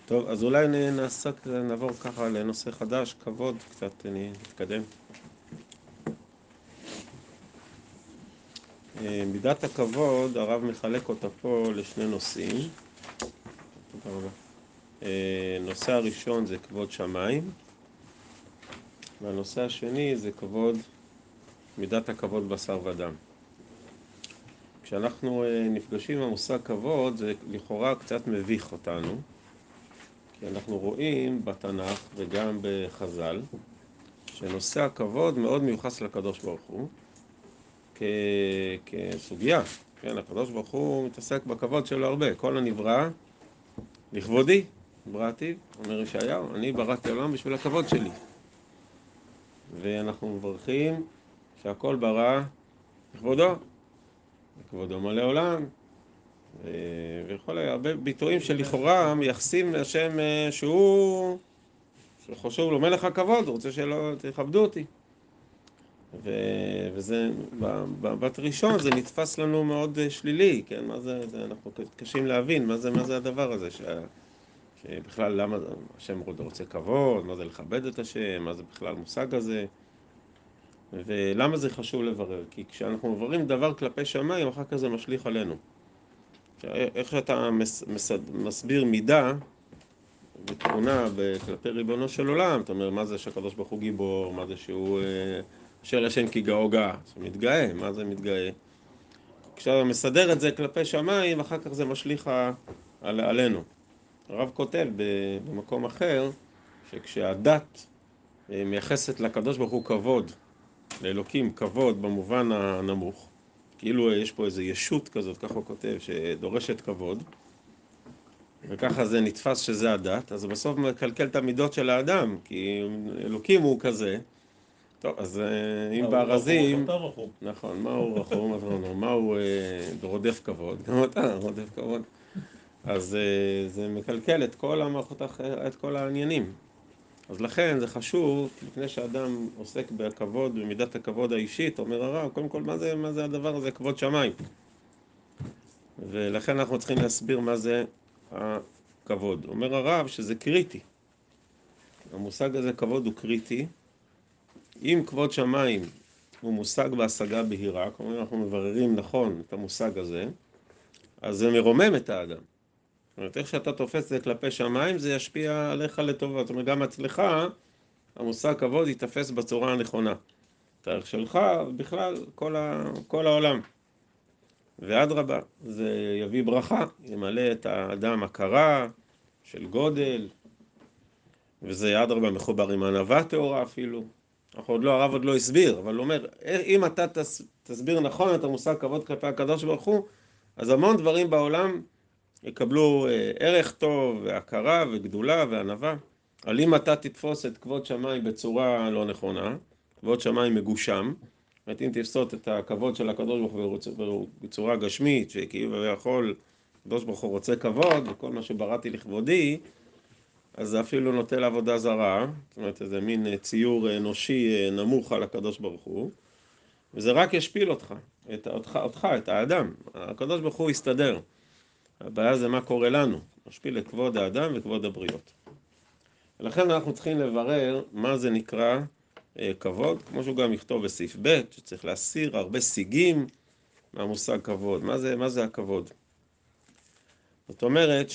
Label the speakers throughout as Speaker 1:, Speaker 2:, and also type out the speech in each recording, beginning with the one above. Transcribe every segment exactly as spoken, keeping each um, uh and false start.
Speaker 1: טוב, אז אולי נעסוק, נעבור ככה לנושא חדש, כבוד, קצת נתקדם. מידת הכבוד, הרב מחלק אותה פה לשני נושאים. תודה רבה. נושא הראשון זה כבוד שמיים, והנושא השני זה כבוד, מידת הכבוד בשר ודם. כשאנחנו נפגשים עם המושג כבוד, זה לכאורה קצת מביך אותנו, כי אנחנו רואים בתנ"ך וגם בחז"ל, שנושא הכבוד מאוד מיוחס לקדוש ברוך הוא, כ... כסוגיה. כן, הקדוש ברוך הוא מתעסק בכבוד שלו הרבה. כל הנברא, לכבודי, בראתי, אומר ישעיהו, אני בראתי עולם בשביל הכבוד שלי. ואנחנו מברכים שהכל ברא לכבודו, לכבודו מלא עולם. ו... ויכול היה הרבה ביטויים שלכאורה מייחסים לשם שהוא, שחושב לו מלך הכבוד, הוא רוצה שלא תכבדו אותי. ו... וזה, בבת ראשון זה נתפס לנו מאוד שלילי, כן? מה זה, זה אנחנו קשים להבין, מה זה, מה זה הדבר הזה, ש... שבכלל למה השם רוצה כבוד, מה זה לכבד את השם, מה זה בכלל המושג הזה, ולמה זה חשוב לברר, כי כשאנחנו מבררים דבר כלפי שמיים, אחר כך זה משליך עלינו. איך שאתה מס... מס... מסביר מידה ותכונה כלפי ריבונו של עולם, אתה אומר, מה זה שהקדוש ברוך הוא גיבור, מה זה שהוא אשר השם כי גאו גאה, שמתגאה, מה זה מתגאה? כשאתה מסדר את זה כלפי שמיים, אחר כך זה משליך על, עלינו. הרב כותב במקום אחר, שכשהדת מייחסת לקדוש ברוך הוא כבוד, לאלוקים כבוד במובן הנמוך, כאילו יש פה איזו ישות כזאת, ככה הוא כותב, שדורשת כבוד, וככה זה נתפס שזה הדת, אז בסוף מקלקל את המידות של האדם, כי אלוקים הוא כזה. טוב, אז אם בארזים, נכון, מה הוא רחום, מה הוא רודף כבוד, גם אתה רודף כבוד, אז זה מקלקל את כל המערכות, את כל העניינים. אז לכן זה חשוב, לפני שאדם עוסק בכבוד, במידת הכבוד האישית, אומר הרב, קודם כל, מה זה, מה זה הדבר הזה, כבוד שמיים? ולכן אנחנו צריכים להסביר מה זה הכבוד. אומר הרב שזה קריטי. המושג הזה, כבוד, הוא קריטי. אם כבוד שמיים הוא מושג בהשגה בהירה, כלומר אנחנו מבררים נכון את המושג הזה, אז זה מרומם את האדם. זאת אומרת, איך שאתה תופס את זה כלפי שמיים, זה ישפיע עליך לטובה. זאת אומרת, גם אצלך, המושג כבוד יתפס בצורה הנכונה. את הערך שלך, בכלל, כל, ה... כל העולם. ועד רבה, זה יביא ברכה, ימלא את האדם הכרה של גודל, וזה עד רבה מחובר עם ענווה תאורה אפילו. אנחנו עוד לא, הרב עוד לא הסביר, אבל הוא אומר, אם אתה תס, תסביר נכון את המושג כבוד כלפי הקדוש ברוך הוא, אז המון דברים בעולם יקבלו אה, ערך טוב, והכרה, וגדולה, וענווה. אבל אם אתה תתפוס את כבוד שמיים בצורה לא נכונה, כבוד שמיים מגושם, זאת אומרת, אם תפסות את הכבוד של הקדוש ברוך הוא בצורה גשמית, שכאילו יכול, הקדוש ברוך הוא רוצה כבוד, וכל מה שבראתי לכבודי, אז זה אפילו נוטה לעבודה זרה, זאת אומרת, איזה מין ציור אנושי נמוך על הקדוש ברוך הוא, וזה רק ישפיל אותך, את, אותך, אותך, את האדם. הקדוש ברוך הוא יסתדר. הבעיה זה מה קורה לנו, משפיל את כבוד האדם וכבוד הבריות. ולכן אנחנו צריכים לברר מה זה נקרא אה, כבוד, כמו שהוא גם יכתוב בסעיף ב', שצריך להסיר הרבה סיגים מהמושג כבוד. מה זה, מה זה הכבוד? זאת אומרת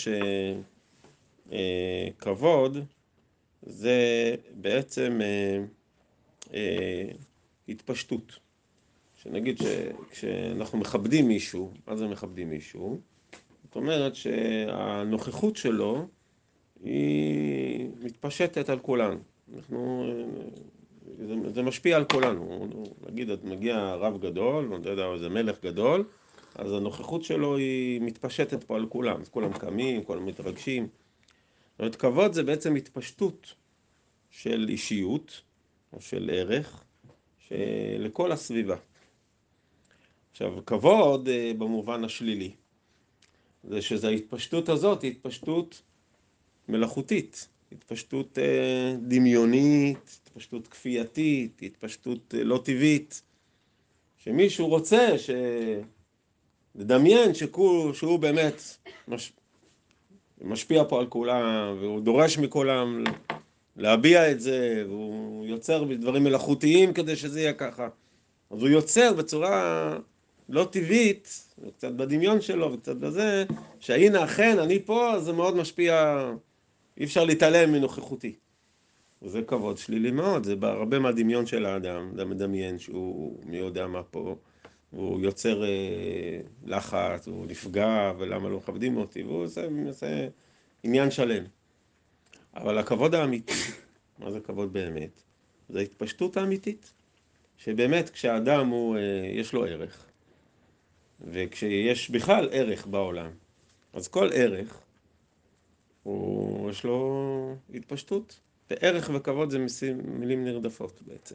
Speaker 1: שכבוד אה, זה בעצם אה, אה, התפשטות. שנגיד שכשאנחנו מכבדים מישהו, מה זה מכבדים מישהו? זאת אומרת שהנוכחות שלו היא מתפשטת על כולנו. אנחנו, זה, זה משפיע על כולנו. נגיד, מגיע רב גדול, לא יודע, איזה מלך גדול, אז הנוכחות שלו היא מתפשטת פה על כולם. אז כולם קמים, כולם מתרגשים. זאת אומרת, כבוד זה בעצם התפשטות של אישיות, או של ערך, לכל הסביבה. עכשיו, כבוד במובן השלילי, זה שזו ההתפשטות הזאת, היא התפשטות מלאכותית, התפשטות אה, דמיונית, התפשטות כפייתית, התפשטות אה, לא טבעית, שמישהו רוצה ש... לדמיין שכו, שהוא באמת מש... משפיע פה על כולם, והוא דורש מכולם להביע את זה, והוא יוצר דברים מלאכותיים כדי שזה יהיה ככה. אז הוא יוצר בצורה לא טבעית, קצת בדמיון שלו וקצת בזה, שהנה אכן אני פה, אז זה מאוד משפיע, אי אפשר להתעלם מנוכחותי. וזה כבוד שלילי מאוד, זה הרבה מהדמיון של האדם, אדם מדמיין שהוא מי יודע מה פה, והוא יוצר אה, לחץ, הוא נפגע, ולמה לא מכבדים אותי, והוא עושה, עושה עניין שלם. אבל הכבוד האמיתי, מה זה כבוד באמת? זה ההתפשטות האמיתית, שבאמת כשהאדם הוא, אה, יש לו ערך, וכשיש בכלל ערך בעולם, אז כל ערך, הוא, יש לו התפשטות. וערך וכבוד זה מילים נרדפות בעצם.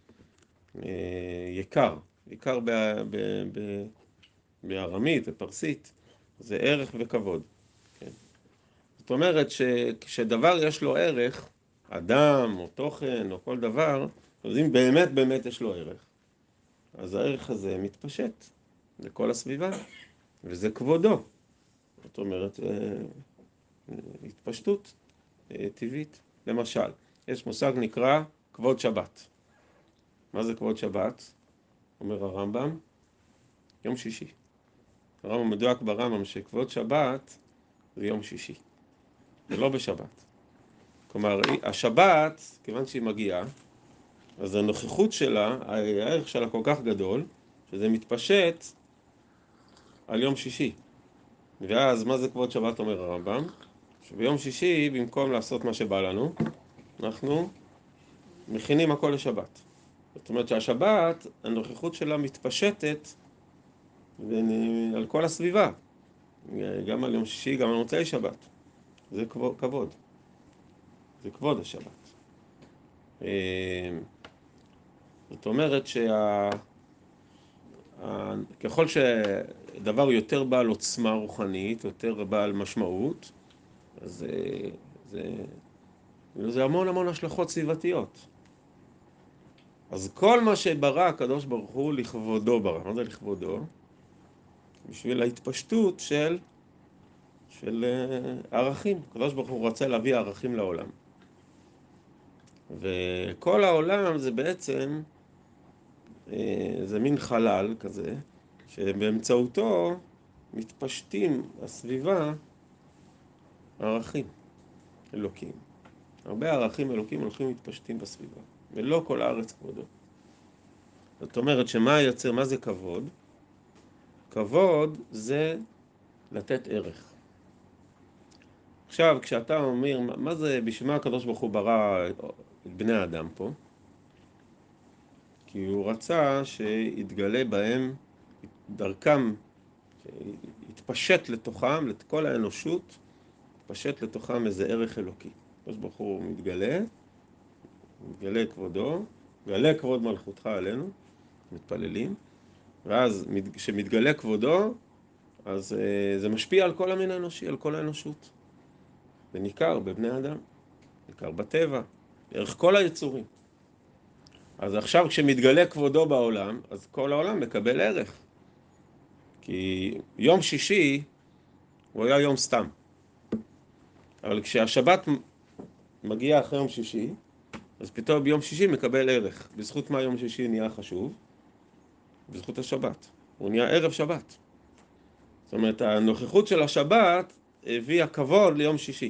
Speaker 1: יקר, יקר בארמית, בפרסית, זה ערך וכבוד. כן? זאת אומרת שכשדבר יש לו ערך, אדם או תוכן או כל דבר, אז אם באמת באמת יש לו ערך, אז הערך הזה מתפשט לכל הסביבה, וזה כבודו. זאת אומרת, התפשטות טבעית. למשל, יש מושג נקרא כבוד שבת. מה זה כבוד שבת? אומר הרמב"ם, יום שישי. הרמב"ם מדויק ברמב"ם שכבוד שבת זה יום שישי, זה לא בשבת. כלומר, השבת, כיוון שהיא מגיעה, אז הנוכחות שלה, הערך שלה כל כך גדול, שזה מתפשט על יום שישי. ואז מה זה כבוד שבת אומר הרמב"ם? שביום שישי, במקום לעשות מה שבא לנו, אנחנו מכינים הכל לשבת. זאת אומרת שהשבת, הנוכחות שלה מתפשטת על כל הסביבה. גם על יום שישי, גם על מוצאי שבת. זה כבוד. זה כבוד השבת. זאת אומרת שככל שדבר יותר בעל עוצמה רוחנית, יותר בעל משמעות, אז זה, זה, זה המון המון השלכות סביבתיות. אז כל מה שברא הקדוש ברוך הוא לכבודו ברא. מה זה לכבודו? בשביל ההתפשטות של, של ערכים. הקדוש ברוך הוא רוצה להביא ערכים לעולם. וכל העולם זה בעצם, זה מין חלל כזה, שבאמצעותו מתפשטים הסביבה ערכים אלוקים. הרבה ערכים אלוקים הולכים מתפשטים בסביבה, ולא כל הארץ כבודו. זאת אומרת שמה יוצר, מה זה כבוד? כבוד זה לתת ערך. עכשיו, כשאתה אומר, מה זה, בשביל מה הקדוש ברוך הוא ברא את בני האדם פה? כי הוא רצה שיתגלה בהם, דרכם, יתפשט לתוכם, לכל האנושות, יתפשט לתוכם איזה ערך אלוקי. הקדוש ברוך הוא מתגלה, מתגלה כבודו, מתגלה כבוד מלכותך עלינו, מתפללים, ואז כשמתגלה כבודו, אז uh, זה משפיע על כל המין האנושי, על כל האנושות. זה ניכר בבני אדם, ניכר בטבע, דרך כל היצורים. אז עכשיו כשמתגלה כבודו בעולם, אז כל העולם מקבל ערך. כי יום שישי הוא היה יום סתם. אבל כשהשבת מגיע אחרי יום שישי, אז פתאום ביום שישי מקבל ערך. בזכות מה יום שישי נהיה חשוב? בזכות השבת. הוא נהיה ערב שבת. זאת אומרת, הנוכחות של השבת הביאה כבוד ליום שישי.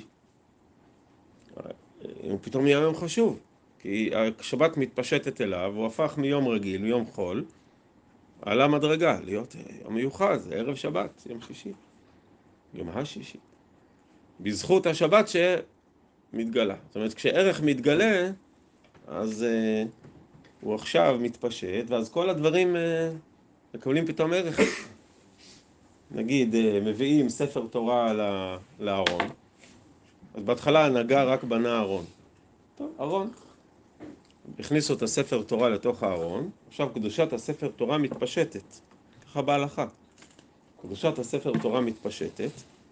Speaker 1: הוא פתאום נהיה יום חשוב. כי השבת מתפשטת אליו, הוא הפך מיום רגיל, מיום חול, עלה מדרגה, להיות יום מיוחד, זה ערב שבת, יום שישי. יום השישי. בזכות השבת שמתגלה. זאת אומרת, כשערך מתגלה, אז uh, הוא עכשיו מתפשט, ואז כל הדברים uh, מקבלים פתאום ערך. נגיד, uh, מביאים ספר תורה לארון, אז בהתחלה הנהגה רק בנה ארון. טוב, ארון. הכניסו את הספר תורה לתוך הארון, עכשיו קדושת הספר תורה מתפשטת. ככה בהלכה. קדושת הספר תורה מתפשטת,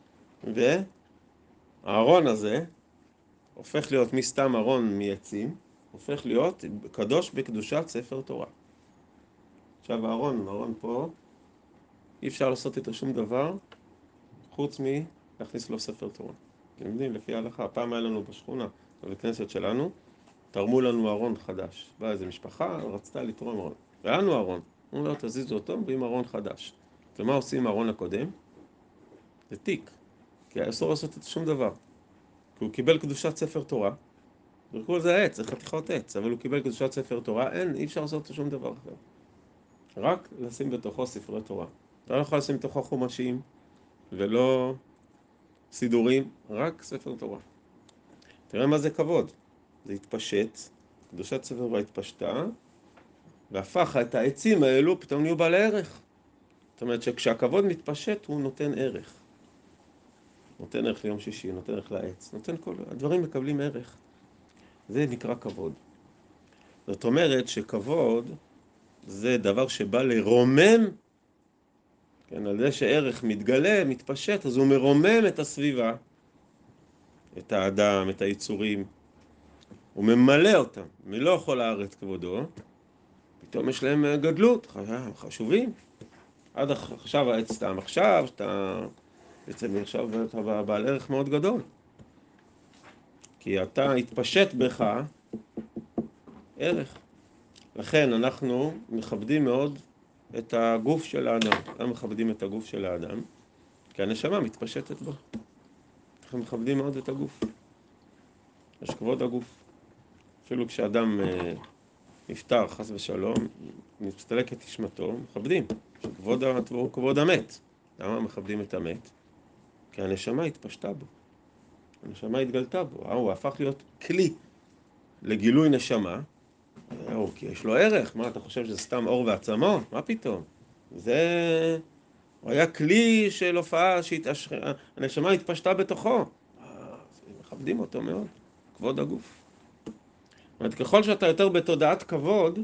Speaker 1: והארון הזה הופך להיות מסתם ארון מעצים, הופך להיות קדוש בקדושת ספר תורה. עכשיו הארון, הארון פה, אי אפשר לעשות איתו שום דבר, חוץ מלהכניס לו ספר תורה. אתם יודעים, לפי ההלכה, פעם היה לנו בשכונה, בבית כנסת שלנו, תרמו לנו ארון חדש. באה איזו משפחה, רצתה לתרום ארון. והיה לנו ארון. אמרו לו, תזיזו אותו, מביאים ארון חדש. ומה עושים עם הארון הקודם? זה תיק. כי אסור לעשות את שום דבר. כי הוא קיבל קדושת ספר תורה, וקראו לזה עץ, זה חתיכות עץ, אבל הוא קיבל קדושת ספר תורה, אין, אי אפשר לעשות שום דבר אחר. רק לשים בתוכו ספרי תורה. אתה לא יכול לשים בתוכו חומשים, ולא סידורים, רק ספר תורה. תראה מה זה כבוד. זה התפשט, קדושת ספר תורה התפשטה, והפך את העצים האלו, פתאום נהיו בעלי ערך. זאת אומרת שכשהכבוד מתפשט, הוא נותן ערך. נותן ערך ליום שישי, נותן ערך לעץ, נותן כל... הדברים מקבלים ערך. זה נקרא כבוד. זאת אומרת שכבוד זה דבר שבא לרומם, כן, על זה שערך מתגלה, מתפשט, אז הוא מרומם את הסביבה, את האדם, את היצורים, הוא ממלא אותם, מלוא כל הארץ כבודו, פתאום יש להם גדלות, חשובים. עד עכשיו העץ סתם, עכשיו אתה בעצם עכשיו אתה בעל ערך מאוד גדול, כי אתה התפשט בך ערך. לכן אנחנו מכבדים מאוד את הגוף של האדם. אנחנו מכבדים את הגוף של האדם, כי הנשמה מתפשטת בו. אנחנו מכבדים מאוד את הגוף. יש כבוד הגוף. אפילו כשאדם אה, נפטר, חס ושלום, מסתלקת נשמתו, מכבדים. כבוד, כבוד המת. למה מכבדים את המת? כי הנשמה התפשטה בו. הנשמה התגלתה בו. אה, הוא הפך להיות כלי לגילוי נשמה. אה, כי יש לו ערך. מה, אתה חושב שזה סתם אור ועצמות? מה פתאום? זה... הוא היה כלי של הופעה שהנשמה התפשטה בתוכו. מכבדים אותו מאוד. כבוד הגוף. זאת אומרת, ככל שאתה יותר בתודעת כבוד,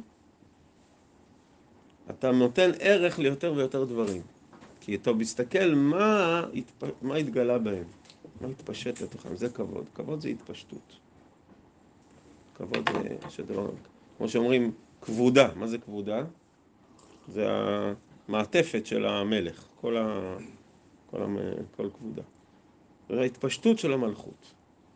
Speaker 1: אתה נותן ערך ליותר ויותר דברים. כי אתה מסתכל מה, התפ... מה התגלה בהם, מה התפשט לתוכם. זה כבוד. כבוד זה התפשטות. כבוד זה שדבר... כמו שאומרים, כבודה. מה זה כבודה? זה המעטפת של המלך. כל, ה... כל, המ... כל כבודה. זה ההתפשטות של המלכות.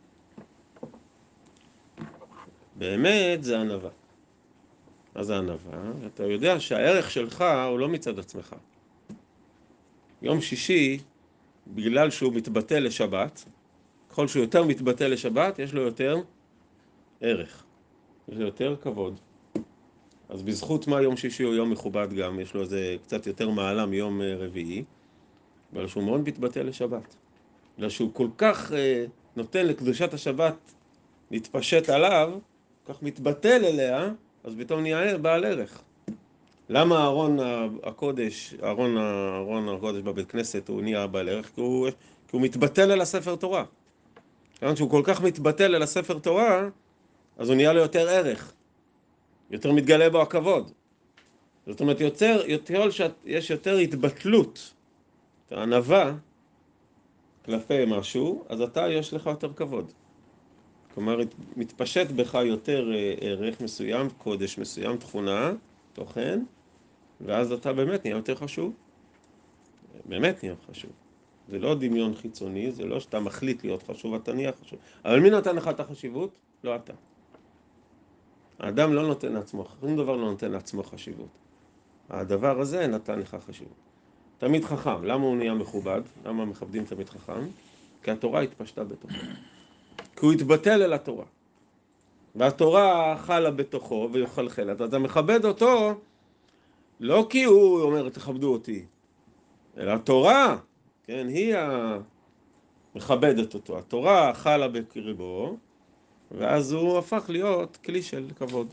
Speaker 1: באמת זה ענווה. מה זה ענווה? אתה יודע שהערך שלך הוא לא מצד עצמך. יום שישי, בגלל שהוא מתבטא לשבת, ככל שהוא יותר מתבטא לשבת, יש לו יותר ערך. יש לו יותר כבוד. אז בזכות מה יום שישי הוא יום מכובד גם, יש לו איזה קצת יותר מעלה מיום רביעי, אבל שהוא מאוד מתבטא לשבת. בגלל שהוא כל כך אה, נותן לקדושת השבת להתפשט עליו, כל כך מתבטל אליה, אז פתאום נהיה בעל ערך. למה ארון הקודש, ארון, ארון הקודש בבית כנסת הוא נהיה בעל ערך? כי הוא, כי הוא מתבטל אל הספר תורה. כיוון שהוא כל כך מתבטל אל הספר תורה, אז הוא נהיה לו יותר ערך. יותר מתגלה בו הכבוד. זאת אומרת, יותר, יותר יש יותר התבטלות, יותר ענווה כלפי משהו, אז אתה יש לך יותר כבוד. כלומר, מתפשט בך יותר ערך מסוים, קודש מסוים, תכונה, תוכן, ואז אתה באמת נהיה יותר חשוב. באמת נהיה חשוב. זה לא דמיון חיצוני, זה לא שאתה מחליט להיות חשוב, אתה נהיה חשוב. אבל מי נותן לך את החשיבות? לא אתה. האדם לא נותן לעצמו, שום דבר לא נותן לעצמו חשיבות. הדבר הזה נתן לך חשיבות. תמיד חכם, למה הוא נהיה מכובד? למה מכבדים תמיד חכם? כי התורה התפשטה בתוכו. כי הוא התבטל אל התורה. והתורה חלה בתוכו ויחלחלת. אתה מכבד אותו לא כי הוא אומר תכבדו אותי, אלא התורה, כן, היא המכבדת אותו. התורה חלה בקרבו, ואז הוא הפך להיות כלי של כבוד.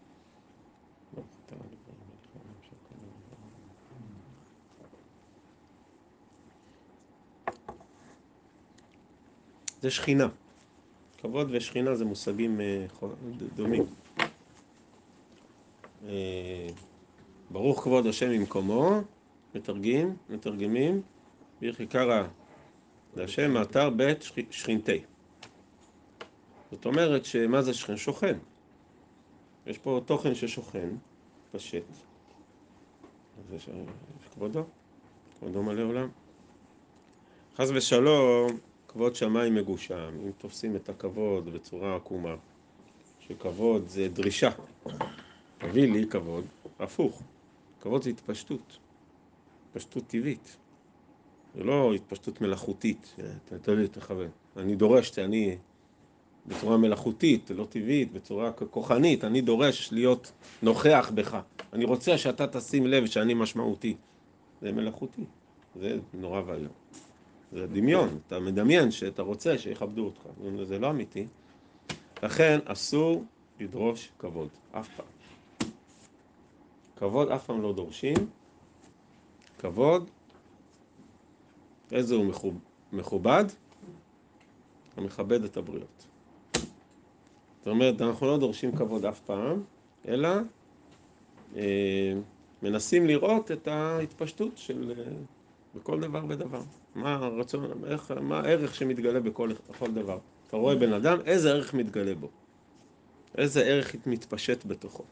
Speaker 1: זה שכינה. כבוד ושכינה זה מושגים דומים. ברוך כבוד השם ממקומו, מתרגם, מתרגמים, בירכי קרא להשם מאתר בית שכינתי. זאת אומרת שמה זה שכן? שוכן. יש פה תוכן ששוכן, פשט. אז כבודו, כבודו מלא עולם. חס ושלום, כבוד שמיים מגושם, אם תופסים את הכבוד בצורה עקומה, שכבוד זה דרישה, תביא לי כבוד, הפוך, כבוד זה התפשטות, התפשטות טבעית, זה לא התפשטות מלאכותית, תביא, תכוון, אני דורש שאני בצורה מלאכותית, לא טבעית, בצורה כוחנית, אני דורש להיות נוכח בך, אני רוצה שאתה תשים לב שאני משמעותי, זה מלאכותי, זה נורא ואיום. זה דמיון, אתה מדמיין שאתה רוצה שיכבדו אותך, זה לא אמיתי. לכן אסור לדרוש כבוד, אף פעם. כבוד אף פעם לא דורשים. כבוד, איזה הוא מכוב... מכובד? הוא מכבד את הבריות. זאת אומרת, אנחנו לא דורשים כבוד אף פעם, אלא אה, מנסים לראות את ההתפשטות של... אה, בכל דבר ודבר. מה הרצון, איך, מה הערך שמתגלה בכל, בכל דבר. אתה רואה בן אדם, איזה ערך מתגלה בו. איזה ערך מתפשט בתוכו.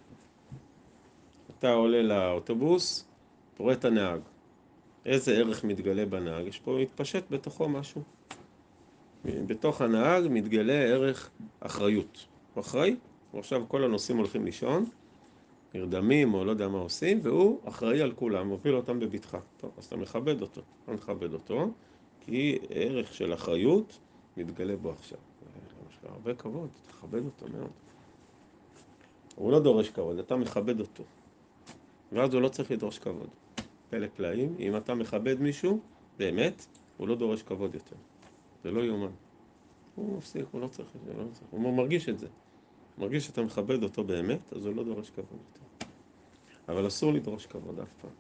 Speaker 1: אתה עולה לאוטובוס, אתה רואה את הנהג. איזה ערך מתגלה בנהג? יש פה מתפשט בתוכו משהו. בתוך הנהג מתגלה ערך אחריות. הוא אחראי, ועכשיו כל הנוסעים הולכים לישון, נרדמים או לא יודע מה עושים, והוא אחראי על כולם, מוביל אותם בבטחה. טוב, אז אתה מכבד אותו. אתה מכבד אותו, כי ערך של אחריות מתגלה בו עכשיו. יש לו הרבה כבוד, תכבד אותו מאוד. הוא לא דורש כבוד, אתה מכבד אותו. ואז הוא לא צריך לדרוש כבוד. פלא פלאים, אם אתה מכבד מישהו, באמת, הוא לא דורש כבוד יותר. זה לא יומן. הוא מפסיק, הוא לא צריך, הוא, לא צריך. הוא מרגיש את זה. הוא מרגיש שאתה מכבד אותו באמת, אז הוא לא דורש כבוד יותר. אבל אסור לדרוש כבוד אף פעם.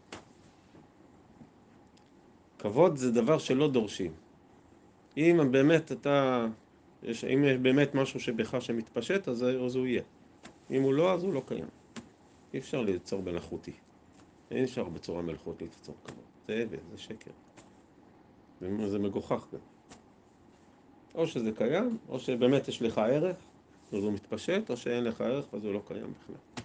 Speaker 1: כבוד זה דבר שלא דורשים. אם באמת אתה, יש, אם יש באמת משהו שבך שמתפשט, אז, אז הוא יהיה. אם הוא לא, אז הוא לא קיים. אי אפשר ליצור מלאכותי. אין אפשר בצורה מלאכותית ליצור כבוד. זה אבן, זה שקר. זה מגוחך גם. או שזה קיים, או שבאמת יש לך ערך, אז הוא מתפשט, או שאין לך ערך, אז הוא לא קיים בכלל.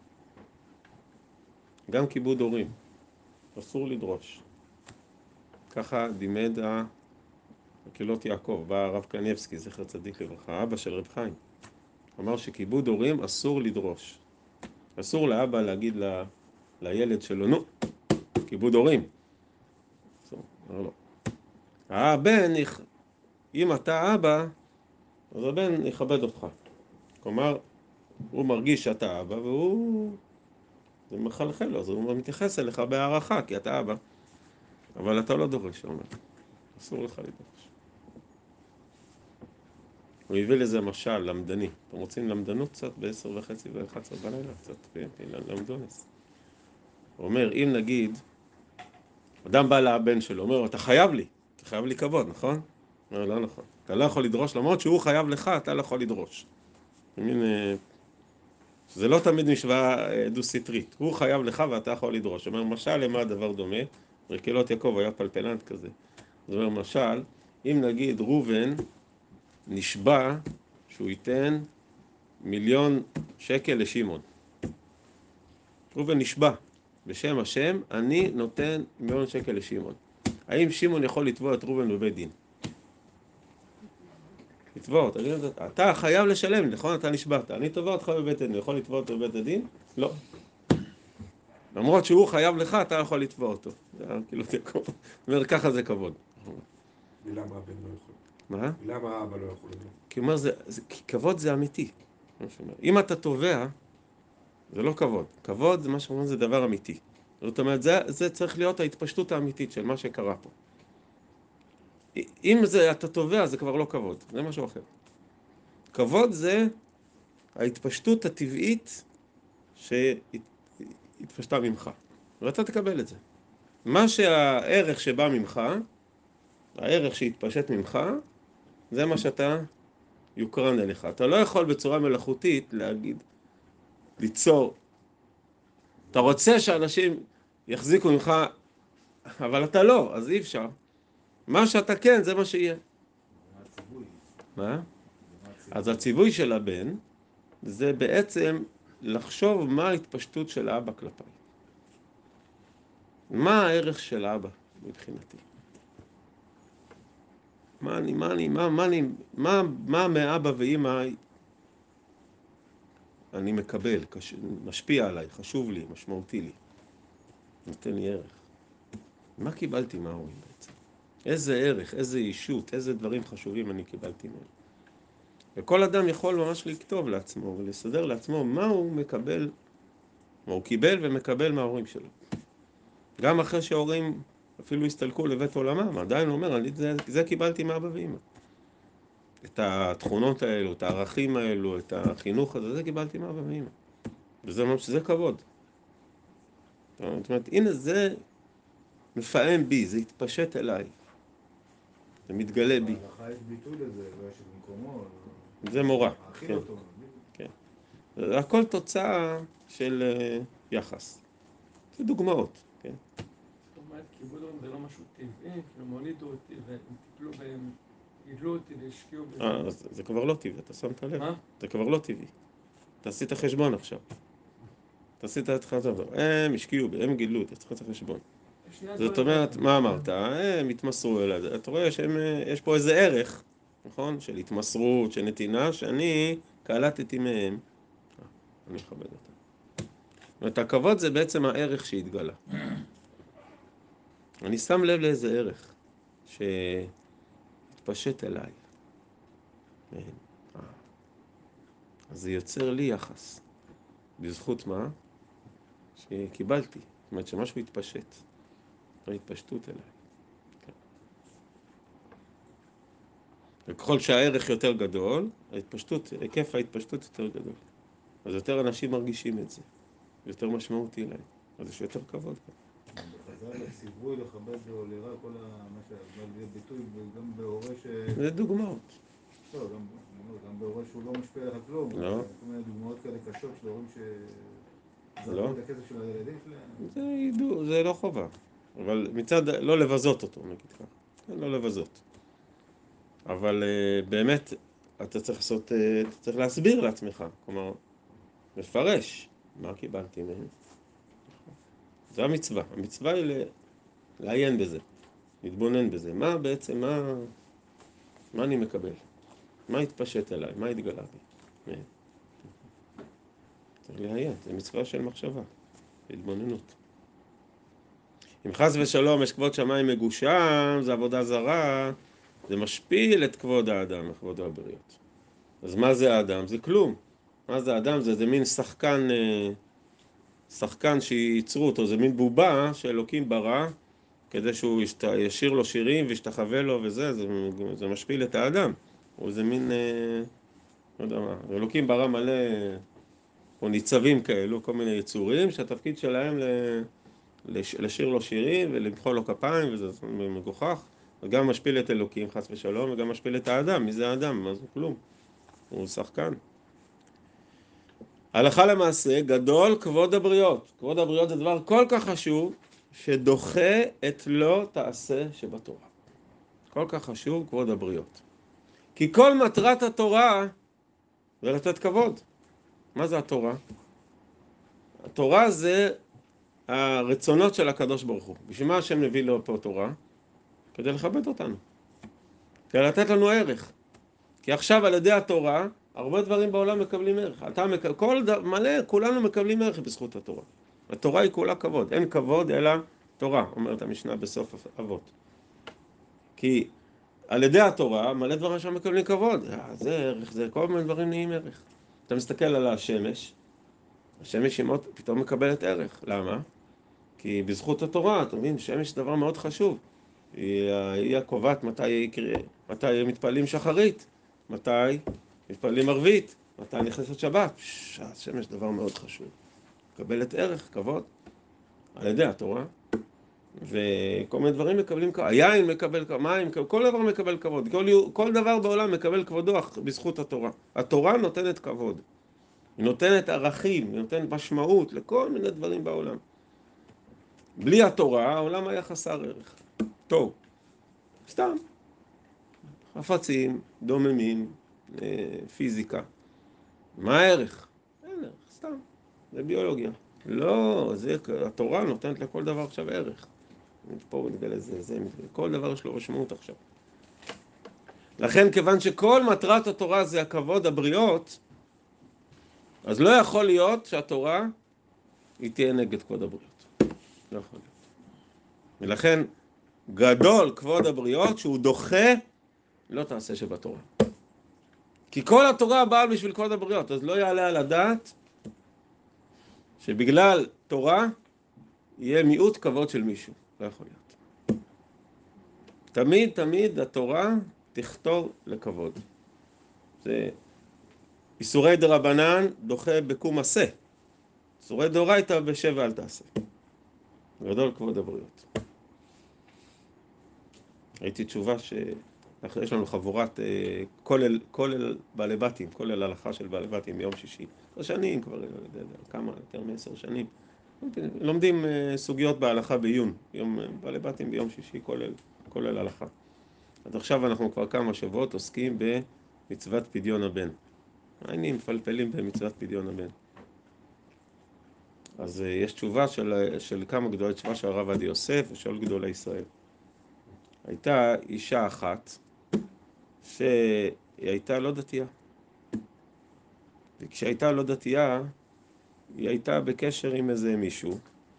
Speaker 1: גם כיבוד הורים, אסור לדרוש. ככה לימד הקהילות יעקב, בא הרב קניבסקי, זכר צדיק לברכה, אבא של רב חיים. אמר שכיבוד הורים אסור לדרוש. אסור לאבא להגיד ל... לילד שלו, נו, כיבוד הורים. אסור, אמר לו. הבן, אם אתה אבא, אז הבן יכבד אותך. כלומר, הוא מרגיש שאתה אבא, והוא... זה מחלחל לו, אז הוא מתייחס אליך בהערכה, כי אתה אבא. אבל אתה לא דורש, הוא אומר. אסור לך לדרוש. הוא הביא לזה משל, למדני. אתם רוצים למדנות קצת בעשר וחצי ואחת עשרה בלילה? קצת, למדונס. הוא אומר, אם נגיד, אדם בא לבן שלו, אומר, אתה חייב לי, אתה חייב לי כבוד, נכון? הוא אומר, לא נכון. אתה לא יכול לדרוש, למרות שהוא חייב לך, אתה לא יכול לדרוש. זה לא תמיד משוואה דו-סטרית. הוא חייב לך ואתה יכול לדרוש. הוא אומר, משל למה הדבר דומה? בקהילות יעקב היה פלפלנט כזה. זאת אומרת, משל, אם נגיד ראובן נשבע שהוא ייתן מיליון שקל לשמעון. ראובן נשבע בשם השם, אני נותן מיליון שקל לשמעון. האם שמעון יכול לתבוע את ראובן בבית דין? לתבוע אותה. אתה חייב לשלם, נכון? אתה נשבעת. אני תובע אותך בבית הדין. יכול לתבוע אותו בבית הדין? לא. למרות שהוא חייב לך, אתה יכול לתבוע אותו. זה כאילו תקום. זאת אומרת, ככה זה כבוד.
Speaker 2: ולמה הבן לא יכול?
Speaker 1: מה?
Speaker 2: ולמה האבא לא יכול?
Speaker 1: כי אומר, זה, זה, כבוד זה אמיתי. אם אתה תובע, זה לא כבוד. כבוד זה מה שאומרים, זה דבר אמיתי. זאת אומרת, זה, זה צריך להיות ההתפשטות האמיתית של מה שקרה פה. אם זה, אתה תובע, זה כבר לא כבוד. זה משהו אחר. כבוד זה ההתפשטות הטבעית שהתפשטה ממך. ואתה תקבל את זה. מה שהערך שבא ממך, הערך שהתפשט ממך, זה מה שאתה יוקרן אליך. אתה לא יכול בצורה מלאכותית להגיד, ליצור. אתה רוצה שאנשים יחזיקו ממך, אבל אתה לא, אז אי אפשר. מה שאתה כן, זה מה שיהיה. מה? אז הציווי של הבן, זה בעצם לחשוב מה ההתפשטות של האבא כלפיי. מה הערך של האבא מבחינתי? מה אני, מה אני, מה, מה אני, מה, מה מאבא ואמא אני מקבל, קש... משפיע עליי, חשוב לי, משמעותי לי, נותן לי ערך. מה קיבלתי מההורים בעצם? איזה ערך, איזה אישות, איזה דברים חשובים אני קיבלתי מהם. וכל אדם יכול ממש לכתוב לעצמו ולסדר לעצמו מה הוא מקבל, מה הוא קיבל ומקבל מההורים שלו. גם אחרי שההורים אפילו הסתלקו לבית עולמם, עדיין הוא אומר, אני, זה, זה קיבלתי מאבא ואמא. את התכונות האלו, את הערכים האלו, את החינוך הזה, זה קיבלתי מאבא ואמא. וזה ממש, זה כבוד. זאת אומרת, הנה זה מפעם בי, זה התפשט אליי. זה מתגלה בי.
Speaker 3: בהלכה יש ביטוי לזה, ויש במקומו.
Speaker 1: זה מורה.
Speaker 3: מאכיל
Speaker 1: כן,
Speaker 3: אותו.
Speaker 1: כן. זה הכל תוצאה של uh, יחס. זה דוגמאות, כן.
Speaker 4: זאת אומרת, כיבוד הורים זה לא משהו טבעי, כאילו הולידו אותי והם טיפלו בהם, גידלו אותי והשקיעו בזה.
Speaker 1: אה, אז זה כבר לא טבעי, אתה שמת לב?
Speaker 4: מה?
Speaker 1: זה כבר לא טבעי. אתה עשית חשבון עכשיו. אתה עשית את חשבון. הם השקיעו בי, הם גידלו אותי, צריך את החשבון. זאת אומרת, מה אמרת? הם התמסרו אליי. אתה רואה שיש פה איזה ערך, נכון? של התמסרות, של נתינה, שאני קלטתי מהם. אני מכבד אותם. זאת אומרת, הכבוד זה בעצם הערך שהתגלה. אני שם לב לאיזה ערך שהתפשט אליי. אז זה יוצר לי יחס. בזכות מה? שקיבלתי. זאת אומרת שמשהו התפשט. ההתפשטות אליי. וככל שהערך יותר גדול, ההתפשטות, היקף ההתפשטות יותר גדול. אז יותר אנשים מרגישים את זה. יותר משמעותי להם. אז יש יותר כבוד.
Speaker 3: בחז"ל הציווי לכבד או ליראה כל מה שבא לידי ביטוי, וגם בהורה ש...
Speaker 1: זה דוגמאות.
Speaker 3: לא, גם, גם בהורה שהוא לא משפיע עליך כלום.
Speaker 1: לא.
Speaker 3: זאת אומרת, דוגמאות כאלה קשות של הורים ש...
Speaker 1: לא.
Speaker 3: את הכסף של הילדים שלהם.
Speaker 1: זה, ידעו, זה לא חובה. אבל מצד, לא לבזות אותו, נגיד ככה. כן, לא לבזות. אבל uh, באמת, אתה צריך לעשות, uh, אתה צריך להסביר לעצמך. כלומר, לפרש מה קיבלתי מהם. זו המצווה. המצווה היא לעיין בזה, להתבונן בזה. מה בעצם, מה, מה אני מקבל? מה התפשט אליי? מה התגלה בי? צריך לעיין, זה מצווה של מחשבה, להתבוננות. אם חס ושלום יש כבוד שמיים מגושם, זה עבודה זרה, זה משפיל את כבוד האדם, כבוד הבריות. אז מה זה האדם? זה כלום. מה זה האדם? זה, זה מין שחקן, שחקן שייצרו אותו, זה מין בובה שאלוקים ברא, כדי שהוא ישת... ישיר לו שירים וישתחווה לו וזה, זה, זה משפיל את האדם. הוא זה מין, לא יודע מה, אלוקים ברא מלא, או ניצבים כאלו, כל מיני יצורים, שהתפקיד שלהם ל... לש... לשיר לו שירים ולמחוא לו כפיים, וזה מגוחך. וגם משפיל את אלוקים, חס ושלום, וגם משפיל את האדם. מי זה האדם? מה זה כלום? הוא שחקן. הלכה למעשה, גדול כבוד הבריות. כבוד הבריות זה דבר כל כך חשוב, שדוחה את לא תעשה שבתורה. כל כך חשוב כבוד הבריות. כי כל מטרת התורה זה לתת כבוד. מה זה התורה? התורה זה הרצונות של הקדוש ברוך הוא. בשביל מה השם מביא לו פה תורה? כדי לכבד אותנו. כדי לתת לנו ערך. כי עכשיו על ידי התורה, הרבה דברים בעולם מקבלים ערך. אתה מקבל, כל ד... מלא, כולנו מקבלים ערך בזכות התורה. התורה היא כולה כבוד. אין כבוד אלא תורה, אומרת המשנה בסוף אבות. כי על ידי התורה, מלא דברים שם מקבלים כבוד. זה ערך, זה כל מיני דברים נהיים ערך. אתה מסתכל על השמש, השמש היא מאוד, פתאום מקבלת ערך. למה? כי בזכות התורה, אתה מבין, שמש זה דבר מאוד חשוב. היא, היא הקובעת מתי, מתי מתפעלים שחרית, מתי מתפעלים ערבית, מתי נכנסת שבת. השמש זה דבר מאוד חשוב. מקבלת ערך, כבוד, על ידי התורה. וכל מיני דברים מקבלים כבוד. היין מקבל כבוד, מים, כל דבר מקבל כבוד. כל, כל דבר בעולם מקבל כבודו בזכות התורה. התורה נותנת כבוד. היא נותנת ערכים, היא נותנת משמעות לכל מיני דברים בעולם. בלי התורה, העולם היה חסר ערך. טוב, סתם. חפצים, דוממים, פיזיקה. מה הערך? אין ערך, סתם. זה ביולוגיה. לא, זה, התורה נותנת לכל דבר עכשיו ערך. פה מתגלה זה, זה, כל דבר יש לו משמעות עכשיו. לכן, כיוון שכל מטרת התורה זה הכבוד הבריות, אז לא יכול להיות שהתורה היא תהיה נגד כבוד הבריות. לא יכול להיות. ולכן, גדול כבוד הבריות שהוא דוחה, לא תעשה שבתורה. כי כל התורה באה בשביל כבוד הבריות, אז לא יעלה על הדעת שבגלל תורה יהיה מיעוט כבוד של מישהו. לא יכול להיות. תמיד, תמיד התורה תכתור לכבוד. זה איסורי דרבנן דוחה בקום עשה. איסורי דאורייתא בשב ואל תעשה. גדול כבוד הבריות. ראיתי תשובה שיש לנו חבורת כולל, כולל בעלי בתים, כולל הלכה של בעלי בתים ביום שישי. שנים כבר, לא יודע, כמה, יותר מעשר שנים. לומדים סוגיות בהלכה בעיון, יום בעלי בתים ביום שישי, כולל, כולל הלכה. אז עכשיו אנחנו כבר כמה שבועות עוסקים במצוות פדיון הבן. היינו מפלפלים במצוות פדיון הבן. אז יש תשובה של, של כמה גדולי תשובה של הרב עובדיה יוסף ושל גדולי ישראל. הייתה אישה אחת שהיא הייתה לא דתייה. וכשהייתה לא דתייה, היא הייתה בקשר עם איזה מישהו,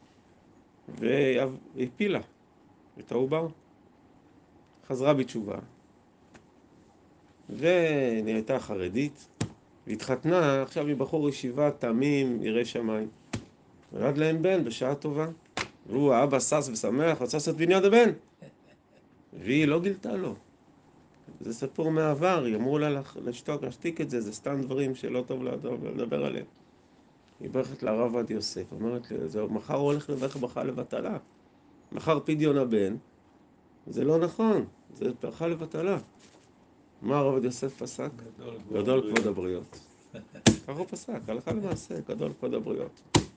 Speaker 1: והפילה את העובר. חזרה בתשובה. והיא הייתה חרדית, והתחתנה, עכשיו היא בחור ישיבה תמים, ירא שמיים. נולד להם בן בשעה טובה. והוא, האבא שש ושמח, רצה לעשות בניין הבן. והיא לא גילתה לו. זה סיפור מעבר, היא אמרו לה לשתוק, להשתיק את זה, זה סתם דברים שלא טוב לדבר עליהם. היא ברכת לרב עובדיה יוסף, אומרת לי, זה, מחר הוא הולך לברך ברכה לבטלה. מחר פדיון הבן, זה לא נכון, זה ברכה לבטלה. מה הרב עובדיה יוסף פסק? גדול כבוד הבריות. ככה הוא פסק, הלכה למעשה, גדול כבוד הבריות.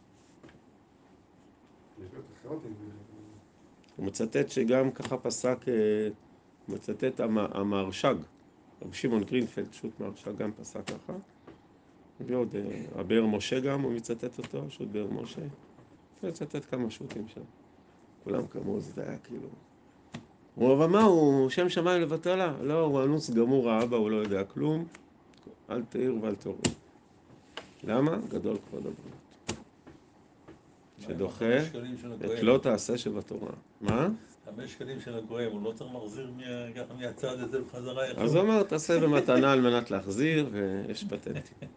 Speaker 1: הוא מצטט שגם ככה פסק, הוא מצטט המהרש"ג, רב שמעון גרינפלד, שו"ת מהרש"ג, גם פסק ככה. ועוד הבאר משה גם, הוא מצטט אותו, שו"ת באר משה. הוא מצטט כמה שו"תים שם. כולם כמוהו, זה היה כאילו... הוא אומר, אבל מה, הוא שם שמיים לבטלה? לא, הוא אנוס גמור האבא, הוא לא יודע כלום. אל תעיר ואל תוריד. למה? גדול כבוד הבריות. שדוחה את לא תעשה שבתורה. מה?
Speaker 5: חמש שקלים של הגויים, הוא לא צריך להחזיר מהצד הזה בחזרה.
Speaker 1: אז הוא אומר, תעשה במתנה על מנת להחזיר, ויש פטנטים.
Speaker 3: אם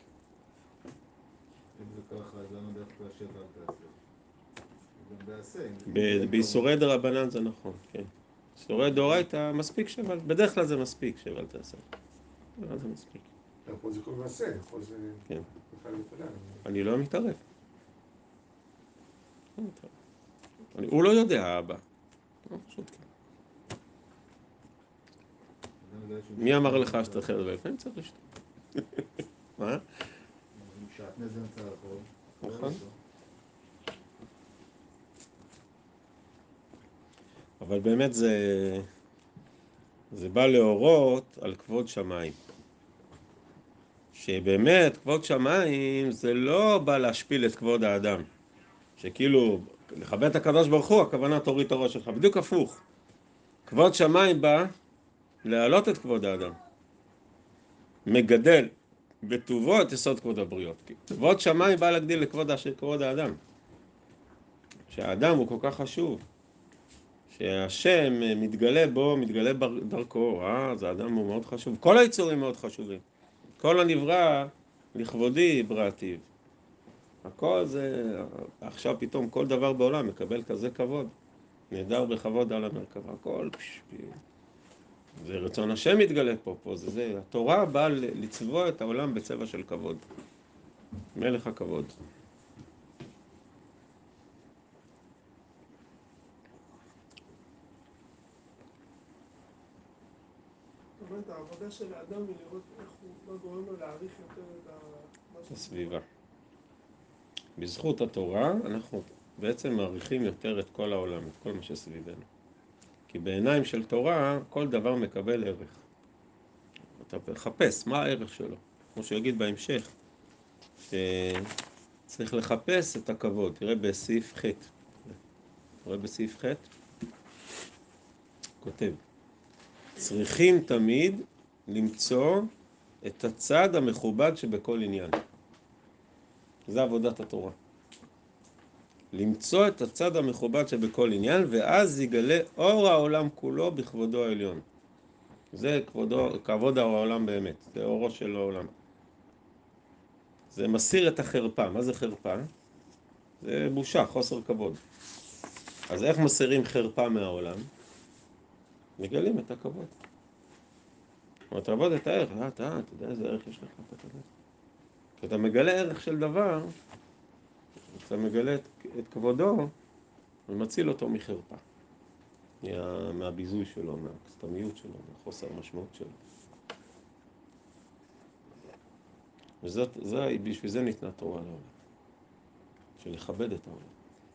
Speaker 3: זה ככה, אז למה דווקא השב אל תעשה? גם בעשה.
Speaker 1: באיסורי דרבנן זה נכון, כן. איסורי דאורייתא מספיק שבל, בדרך כלל זה מספיק שבל תעשה. זה מספיק.
Speaker 2: פה זה כל מעשה, פה זה...
Speaker 1: כן. אני לא מתערב. הוא לא יודע, האבא. פשוט כן. מי אמר לך שאתה אחר דבר? לפעמים צריך לשתות. מה?
Speaker 3: שעטנז אמצע הרחוב.
Speaker 1: נכון. אבל באמת זה... זה בא להורות על כבוד שמיים. שבאמת כבוד שמיים זה לא בא להשפיל את כבוד האדם. שכאילו, לכבד את הקדוש ברוך הוא, הכוונה תוריד את הראש שלך. בדיוק הפוך. כבוד שמיים בא להעלות את כבוד האדם. מגדל בטובו את יסוד כבוד הבריות. כבוד שמיים בא להגדיל לכבוד כבוד האדם. שהאדם הוא כל כך חשוב. שהשם מתגלה בו, מתגלה בדרכו. אה, אז האדם הוא מאוד חשוב. כל היצורים מאוד חשובים. כל הנברא לכבודי בראתיו. הכל זה, עכשיו פתאום כל דבר בעולם מקבל כזה כבוד. נהדר בכבוד על המרכבה. הכל פש... זה רצון השם מתגלה פה, פה זה זה. התורה באה לצבוע את העולם בצבע של כבוד. מלך הכבוד.
Speaker 4: זאת אומרת, העבודה של האדם היא לראות איך הוא, מה גורם לו להעריך יותר את
Speaker 1: הסביבה. בזכות התורה אנחנו בעצם מעריכים יותר את כל העולם, את כל מה שסביבנו. כי בעיניים של תורה כל דבר מקבל ערך. אתה מחפש מה הערך שלו. כמו שיגיד בהמשך, שצריך לחפש את הכבוד. תראה בסעיף ח'. תראה בסעיף ח'. כותב. צריכים תמיד למצוא את הצד המכובד שבכל עניין. זה עבודת התורה. למצוא את הצד המכובד שבכל עניין, ואז יגלה אור העולם כולו בכבודו העליון. זה כבודו, כבוד העולם באמת, זה אורו של העולם. זה מסיר את החרפה. מה זה חרפה? זה בושה, חוסר כבוד. אז איך מסירים חרפה מהעולם? מגלים את הכבוד. אבל תעבוד את הערך, אה, אתה, אתה יודע איזה ערך יש לך, אתה יודע. כשאתה מגלה ערך של דבר, אתה מגלה את, את כבודו, ומציל אותו מחרפה. מה, מהביזוי שלו, מהסתמיות שלו, מהחוסר משמעות שלו. וזאת, זה, בשביל זה ניתנה תורה לעולם. של לכבד את העולם.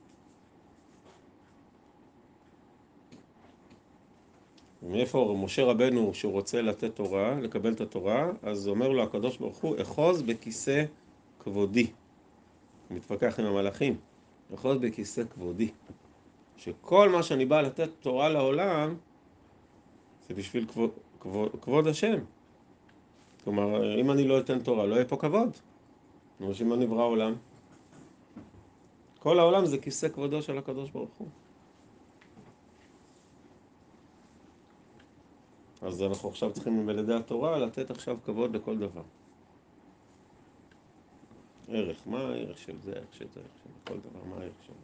Speaker 1: ומאיפה משה רבנו, שהוא רוצה לתת תורה, לקבל את התורה, אז אומר לו הקדוש ברוך הוא, אחוז בכיסא כבודי. הוא מתווכח עם המלאכים. אחוז בכיסא כבודי. שכל מה שאני בא לתת תורה לעולם, זה בשביל כבוד, כבוד, כבוד השם. כלומר, אם אני לא אתן תורה, לא יהיה פה כבוד. כמו שאם אני נברא העולם. כל העולם זה כיסא כבודו של הקדוש ברוך הוא. אז אנחנו עכשיו צריכים בלידי התורה לתת עכשיו כבוד לכל דבר. ערך, מה הערך של זה, ערך של זה, ערך של כל דבר, מה הערך שלו?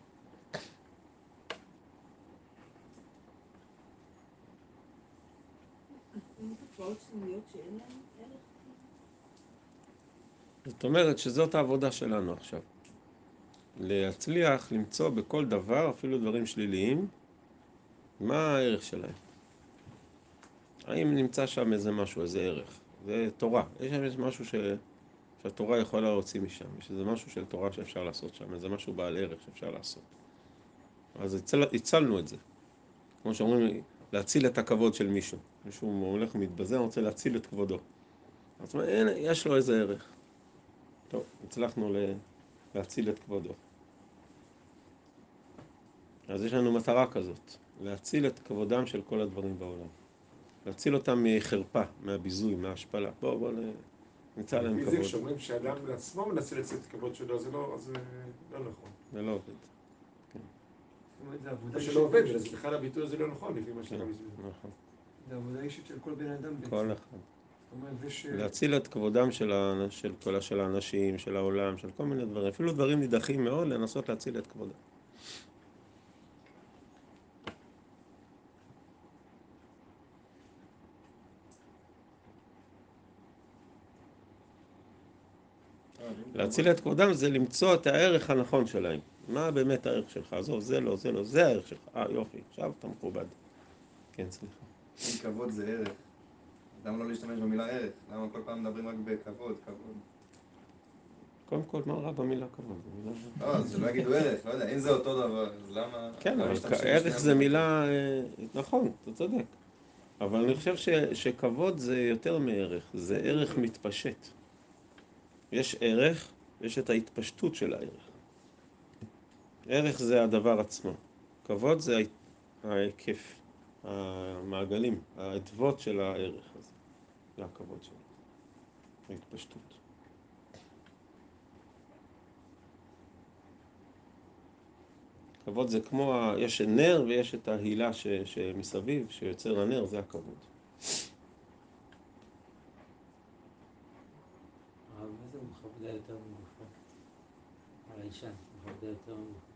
Speaker 1: זאת אומרת שזאת העבודה שלנו עכשיו. להצליח למצוא בכל דבר, אפילו דברים שליליים, מה הערך שלהם. האם נמצא שם איזה משהו, איזה ערך. זה תורה. יש שם איזה משהו ש... שהתורה יכולה להוציא משם. יש איזה משהו של תורה שאפשר לעשות שם. איזה משהו בעל ערך שאפשר לעשות. אז הצל... הצלנו את זה. כמו שאומרים, להציל את הכבוד של מישהו. מישהו הולך ומתבזה, רוצה להציל את כבודו. זאת אומרת, הנה, יש לו איזה ערך. טוב, הצלחנו ל... להציל את כבודו. אז יש לנו מטרה כזאת. להציל את כבודם של כל הדברים בעולם. להציל אותם מחרפה, מהביזוי, מההשפלה. בואו, בואו נמצא להם כבוד.
Speaker 2: זה כשאומרים שאדם לעצמו מנסה לצאת כבוד שלו, זה לא, אז לא נכון.
Speaker 1: זה לא עובד.
Speaker 4: זאת אומרת, זה עבודה
Speaker 2: או
Speaker 4: אישית.
Speaker 2: שלא עובד, אז בכלל הביטוי הזה לא נכון, לפי מה שאתה
Speaker 1: כן,
Speaker 2: מסביר.
Speaker 1: נכון.
Speaker 4: זה עבודה אישית של כל בן אדם בעצם.
Speaker 1: כל אחד.
Speaker 4: זאת אומרת, זה ש...
Speaker 1: להציל את כבודם של, ה... של כל של האנשים, של העולם, של כל מיני דברים. אפילו דברים נידחים מאוד, לנסות להציל את כבודם. להציל את כבודם זה למצוא את הערך הנכון שלהם. מה באמת הערך שלך? עזוב, זה לא, זה לא, זה הערך שלך. אה, יופי, עכשיו אתה מכובד. כן, סליחה.
Speaker 6: אם כבוד זה ערך, למה לא להשתמש במילה ערך? למה כל פעם מדברים רק בכבוד, כבוד?
Speaker 1: קודם כל, מה רע במילה כבוד?
Speaker 6: לא, אז שלא יגידו ערך, לא יודע, אם זה אותו דבר, אז למה...
Speaker 1: כן,
Speaker 6: למה
Speaker 1: אבל
Speaker 6: משתמשים
Speaker 1: ערך
Speaker 6: בשני
Speaker 1: זה
Speaker 6: המונחים?
Speaker 1: מילה... אה, נכון, אתה צודק. אבל אני חושב ש, שכבוד זה יותר מערך, זה ערך מתפשט. יש ערך, יש את ההתפשטות של הערך. ערך זה הדבר עצמו. כבוד זה ההיקף, המעגלים, האדוות של הערך הזה. זה הכבוד שלו, ההתפשטות. כבוד זה כמו, ה... יש נר ויש את ההילה ש... שמסביב, שיוצר הנר, זה הכבוד.
Speaker 7: הרב, מה זה מכבדה יותר מגופה? על האישה, מכבדה יותר מגופה.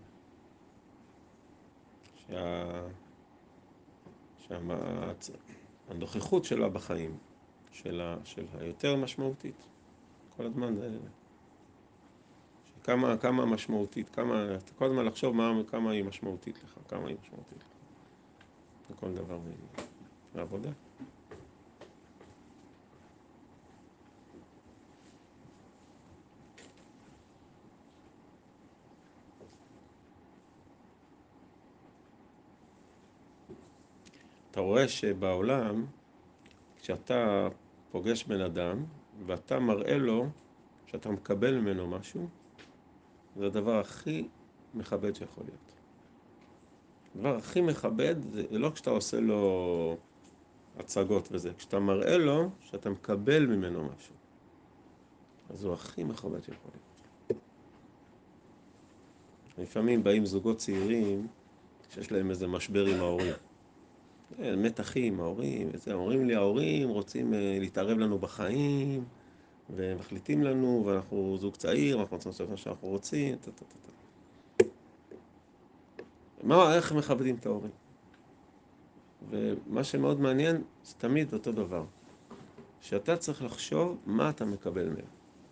Speaker 1: שה... שהנוכחות שלה בחיים, שלה, שלה יותר משמעותית. כל הזמן זה... כמה, כמה משמעותית, כמה... כל הזמן לחשוב מה, כמה היא משמעותית לך, כמה היא משמעותית לך. בכל דבר בעבודה. אתה רואה שבעולם, כשאתה פוגש בן אדם, ואתה מראה לו שאתה מקבל ממנו משהו, זה הדבר הכי מכבד שיכול להיות. הדבר הכי מכבד זה לא כשאתה עושה לו הצגות וזה. כשאתה מראה לו שאתה מקבל ממנו משהו, אז הוא הכי מכובד שיכול להיות. לפעמים באים זוגות צעירים שיש להם איזה משבר עם ההורים. מתחים, ההורים, וזה, אומרים לי, ההורים רוצים להתערב לנו בחיים, ומחליטים לנו, ואנחנו זוג צעיר, אנחנו רוצים לעשות מה שאנחנו רוצים, ת, ת, ת, ת. מה, איך מכבדים את ההורים? ומה שמאוד מעניין, זה תמיד אותו דבר. שאתה צריך לחשוב מה אתה מקבל מהם.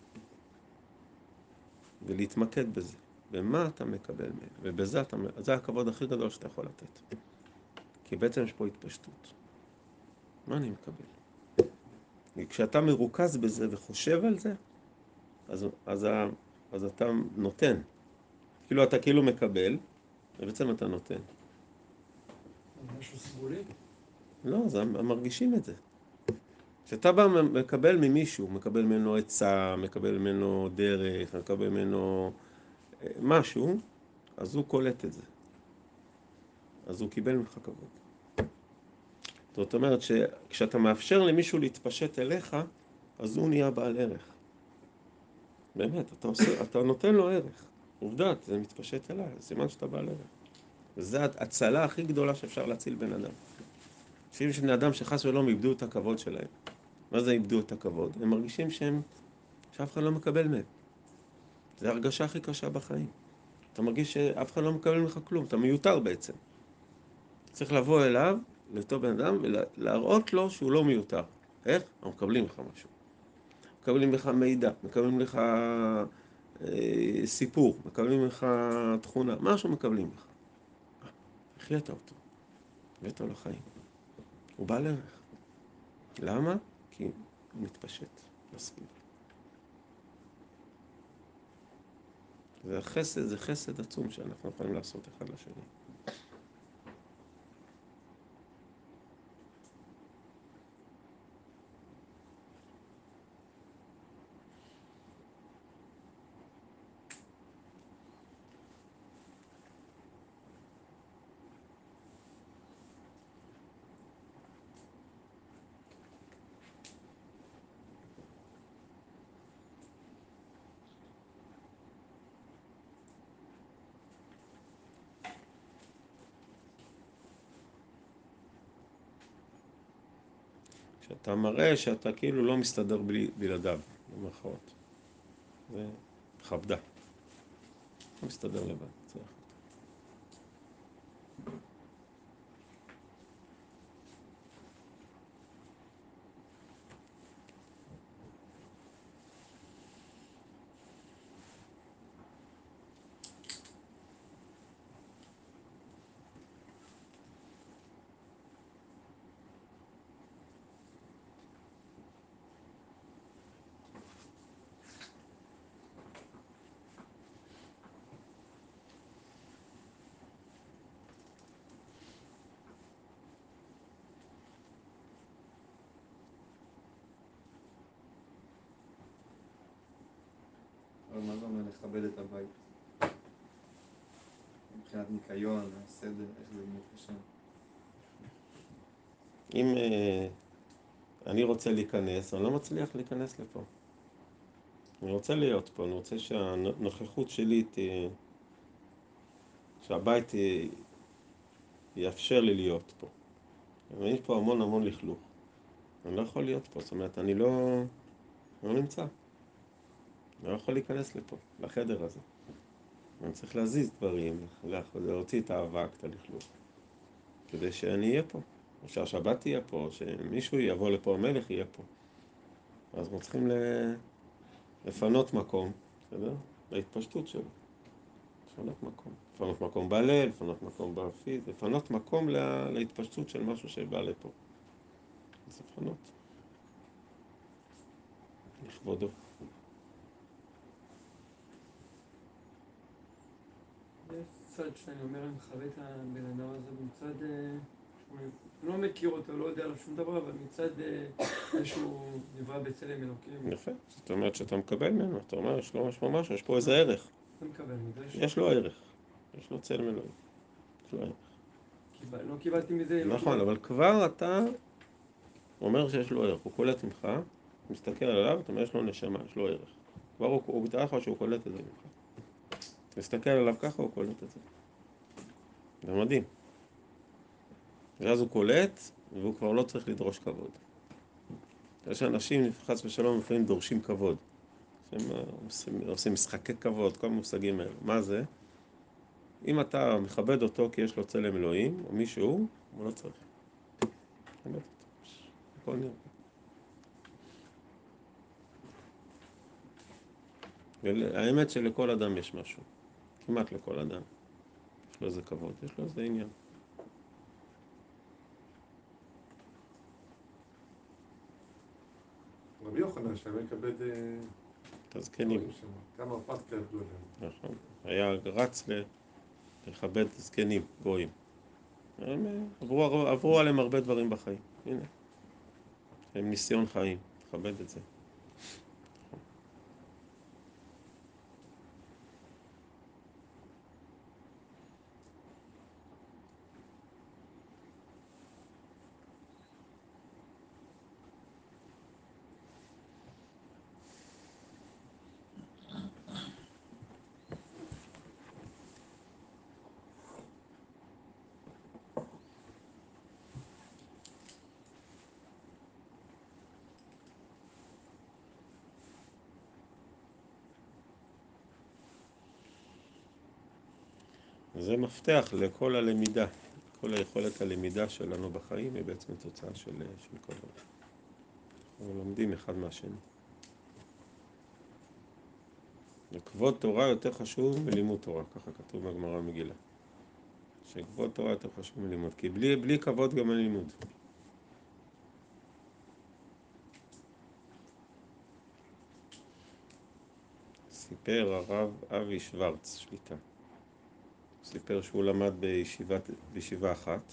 Speaker 1: ולהתמקד בזה. במה אתה מקבל מהם. ובזה אתה, זה הכבוד הכי גדול שאתה יכול לתת. כי בעצם יש פה התפשטות. מה אני מקבל? וכשאתה מרוכז בזה וחושב על זה, אז, אז, אז אתה נותן. כאילו אתה כאילו מקבל, ובעצם אתה נותן.
Speaker 4: משהו סגולי?
Speaker 1: לא, אז מרגישים את זה. כשאתה בא מקבל ממישהו, מקבל ממנו עצה, מקבל ממנו דרך, מקבל ממנו משהו, אז הוא קולט את זה. אז הוא קיבל ממך כבוד. זאת אומרת שכשאתה מאפשר למישהו להתפשט אליך, אז הוא נהיה בעל ערך. באמת, אתה, עושה, אתה נותן לו ערך. עובדה, זה מתפשט אליי, זה סימן שאתה בעל ערך. וזו הצלה הכי גדולה שאפשר להציל בן אדם. שיש בני אדם שחס ולא איבדו את הכבוד שלהם. מה זה איבדו את הכבוד? הם מרגישים שהם, שאף אחד לא מקבל מהם. זו הרגשה הכי קשה בחיים. אתה מרגיש שאף אחד לא מקבל ממך כלום, אתה מיותר בעצם. צריך לבוא אליו, לאותו בן אדם, ולהראות לו שהוא לא מיותר. איך? אנחנו מקבלים לך משהו. מקבלים לך מידע, מקבלים לך אה, סיפור, מקבלים לך תכונה, משהו מקבלים לך. החיית אותו, הבאת לו לחיים. הוא בעל ערך. למה? כי הוא מתפשט בסביבה. זה חסד, זה חסד עצום שאנחנו יכולים לעשות אחד לשני. אתה מראה שאתה כאילו לא מסתדר בלי, בלעדיו, במרכאות. זה מכבדה. לא מסתדר לבד, צריך.
Speaker 6: אבל מה זה אומר לכבד את הבית? מבחינת ניקיון, הסדר, איך זה מתקשר?
Speaker 1: אם אה, אני רוצה להיכנס, אני לא מצליח להיכנס לפה. אני רוצה להיות פה, אני רוצה שהנוכחות שלי, ת... שהבית י... יאפשר לי להיות פה. יש פה המון המון לכלוך. אני לא יכול להיות פה, זאת אומרת, אני לא, לא נמצא. אני לא יכול להיכנס לפה, לחדר הזה. אני צריך להזיז דברים, להוציא את האבק, את הלכלוך, כדי שאני אהיה פה. או שהשבת תהיה פה, או שמישהו יבוא לפה, המלך יהיה פה. אז אנחנו צריכים לפנות מקום, בסדר? להתפשטות שלו. לפנות מקום. לפנות מקום בליל, לפנות מקום בפיז, לפנות מקום לה... להתפשטות של משהו שבא לפה. אז לפנות. לכבודו.
Speaker 4: יש צד שאני אומר, אני מכבד את הבן אדם הזה מצד, אני לא מכיר אותו, לא יודע עליו שום דבר, אבל מצד זה שהוא נברא בצלם אלוקים.
Speaker 1: יפה. זאת אומרת שאתה מקבל ממנו, אתה אומר, יש לו משהו משהו, יש פה איזה ערך.
Speaker 4: אתה מקבל מזה?
Speaker 1: יש לו ערך. יש לו צלם אלוהים. יש לו ערך.
Speaker 4: לא קיבלתי מזה, לא
Speaker 1: נכון,
Speaker 4: קיבלתי.
Speaker 1: אבל כבר אתה הוא אומר שיש לו ערך, הוא קולט ממך, מסתכל עליו, אתה אומר, יש לו נשמה, יש לו ערך. כבר הוא, הוא מתאר לך שהוא קולט את זה ממך. תסתכל עליו ככה, הוא קולט את זה. זה מדהים. ואז הוא קולט, והוא כבר לא צריך לדרוש כבוד. יש אנשים, חס ושלום, לפעמים דורשים כבוד. שהם עושים, עושים משחקי כבוד, כל המושגים האלה. מה זה? אם אתה מכבד אותו כי יש לו צלם אלוהים, או מישהו, הוא לא צריך. הכל נראה. והאמת שלכל אדם יש משהו. כמעט לכל אדם. יש לו איזה כבוד, יש לו איזה עניין.
Speaker 2: רבי יוחנן שהיה מכבד
Speaker 1: את הזקנים.
Speaker 2: שם, כמה פסקה ירדו עליהם.
Speaker 1: נכון. היה רץ ל- לכבד זקנים, גויים. הם אה, עברו, עברו עליהם הרבה דברים בחיים. הנה. הם ניסיון חיים. תכבד את זה. זה מפתח לכל הלמידה. כל היכולת הלמידה שלנו בחיים היא בעצם תוצאה של, של כבוד. אנחנו לומדים אחד מהשני. וכבוד תורה יותר חשוב מלימוד תורה, ככה כתוב בגמרא מגילה. שכבוד תורה יותר חשוב מלימוד, כי בלי, בלי כבוד גם אין לימוד. סיפר הרב אבי שוורץ, שליטה. סיפר שהוא למד בישיבת, בישיבה אחת,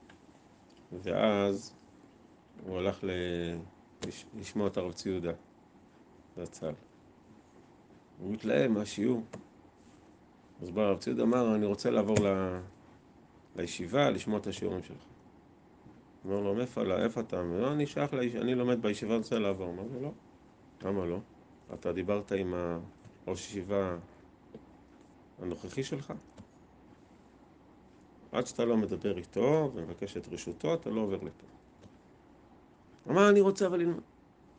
Speaker 1: ואז הוא הלך ל... לשמוע את הרב ציודה, זצ"ל. הוא התלהב מהשיעור. אז בא הרב ציודה אמר, אני רוצה לעבור ל... לישיבה, לשמוע את השיעורים שלך. הוא אומר לו, מאיפה, לא, איפה אתה? הוא אומר, אני שייך, ליש... אני לומד בישיבה, אני רוצה לעבור. הוא אומר לו, לא. למה לא? אתה דיברת עם הראש ישיבה הנוכחי שלך? עד שאתה לא מדבר איתו ומבקש את רשותו, אתה לא עובר לפה. אמר, אני רוצה אבל ללמוד.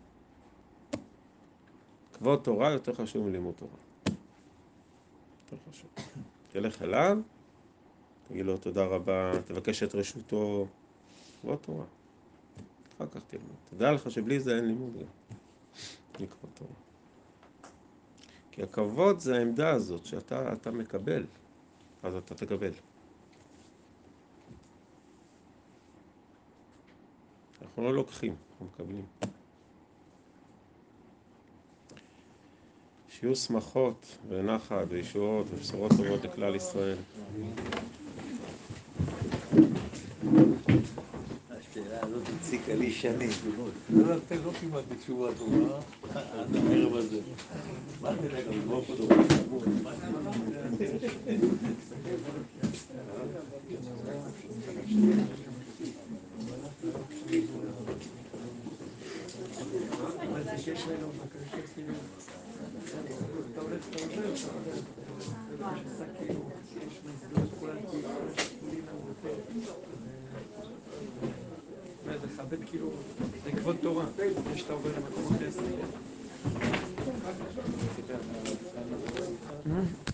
Speaker 1: כבוד תורה יותר חשוב מלימוד תורה. יותר חשוב. תלך אליו, תגיד לו תודה רבה, תבקש את רשותו. כבוד תורה. אחר כך תלמד. תדע לך שבלי זה אין לימוד גם. בלי כבוד תורה. כי הכבוד זה העמדה הזאת שאתה אתה מקבל. אז אתה תקבל. אנחנו לא לוקחים, אנחנו מקבלים. שיהיו שמחות ונחת וישועות ובשורות טובות לכלל ישראל.
Speaker 5: השאלה הזאת הציקה לי שנים. לא נתן לא כמעט בתשובה טובה, עד הערב הזה. מה תלך לגמור פה טובה?
Speaker 4: אבל זה שיש לנו בקשה כאילו, אתה הולך, אתה עוזר, אתה יודע, אתה יודע, שעשה כאילו, יש מזלות כולה, כאילו, כל השיקולים מהמותר. זה לכבד כאילו, זה כבוד תורה, שאתה עובר למקום אחר.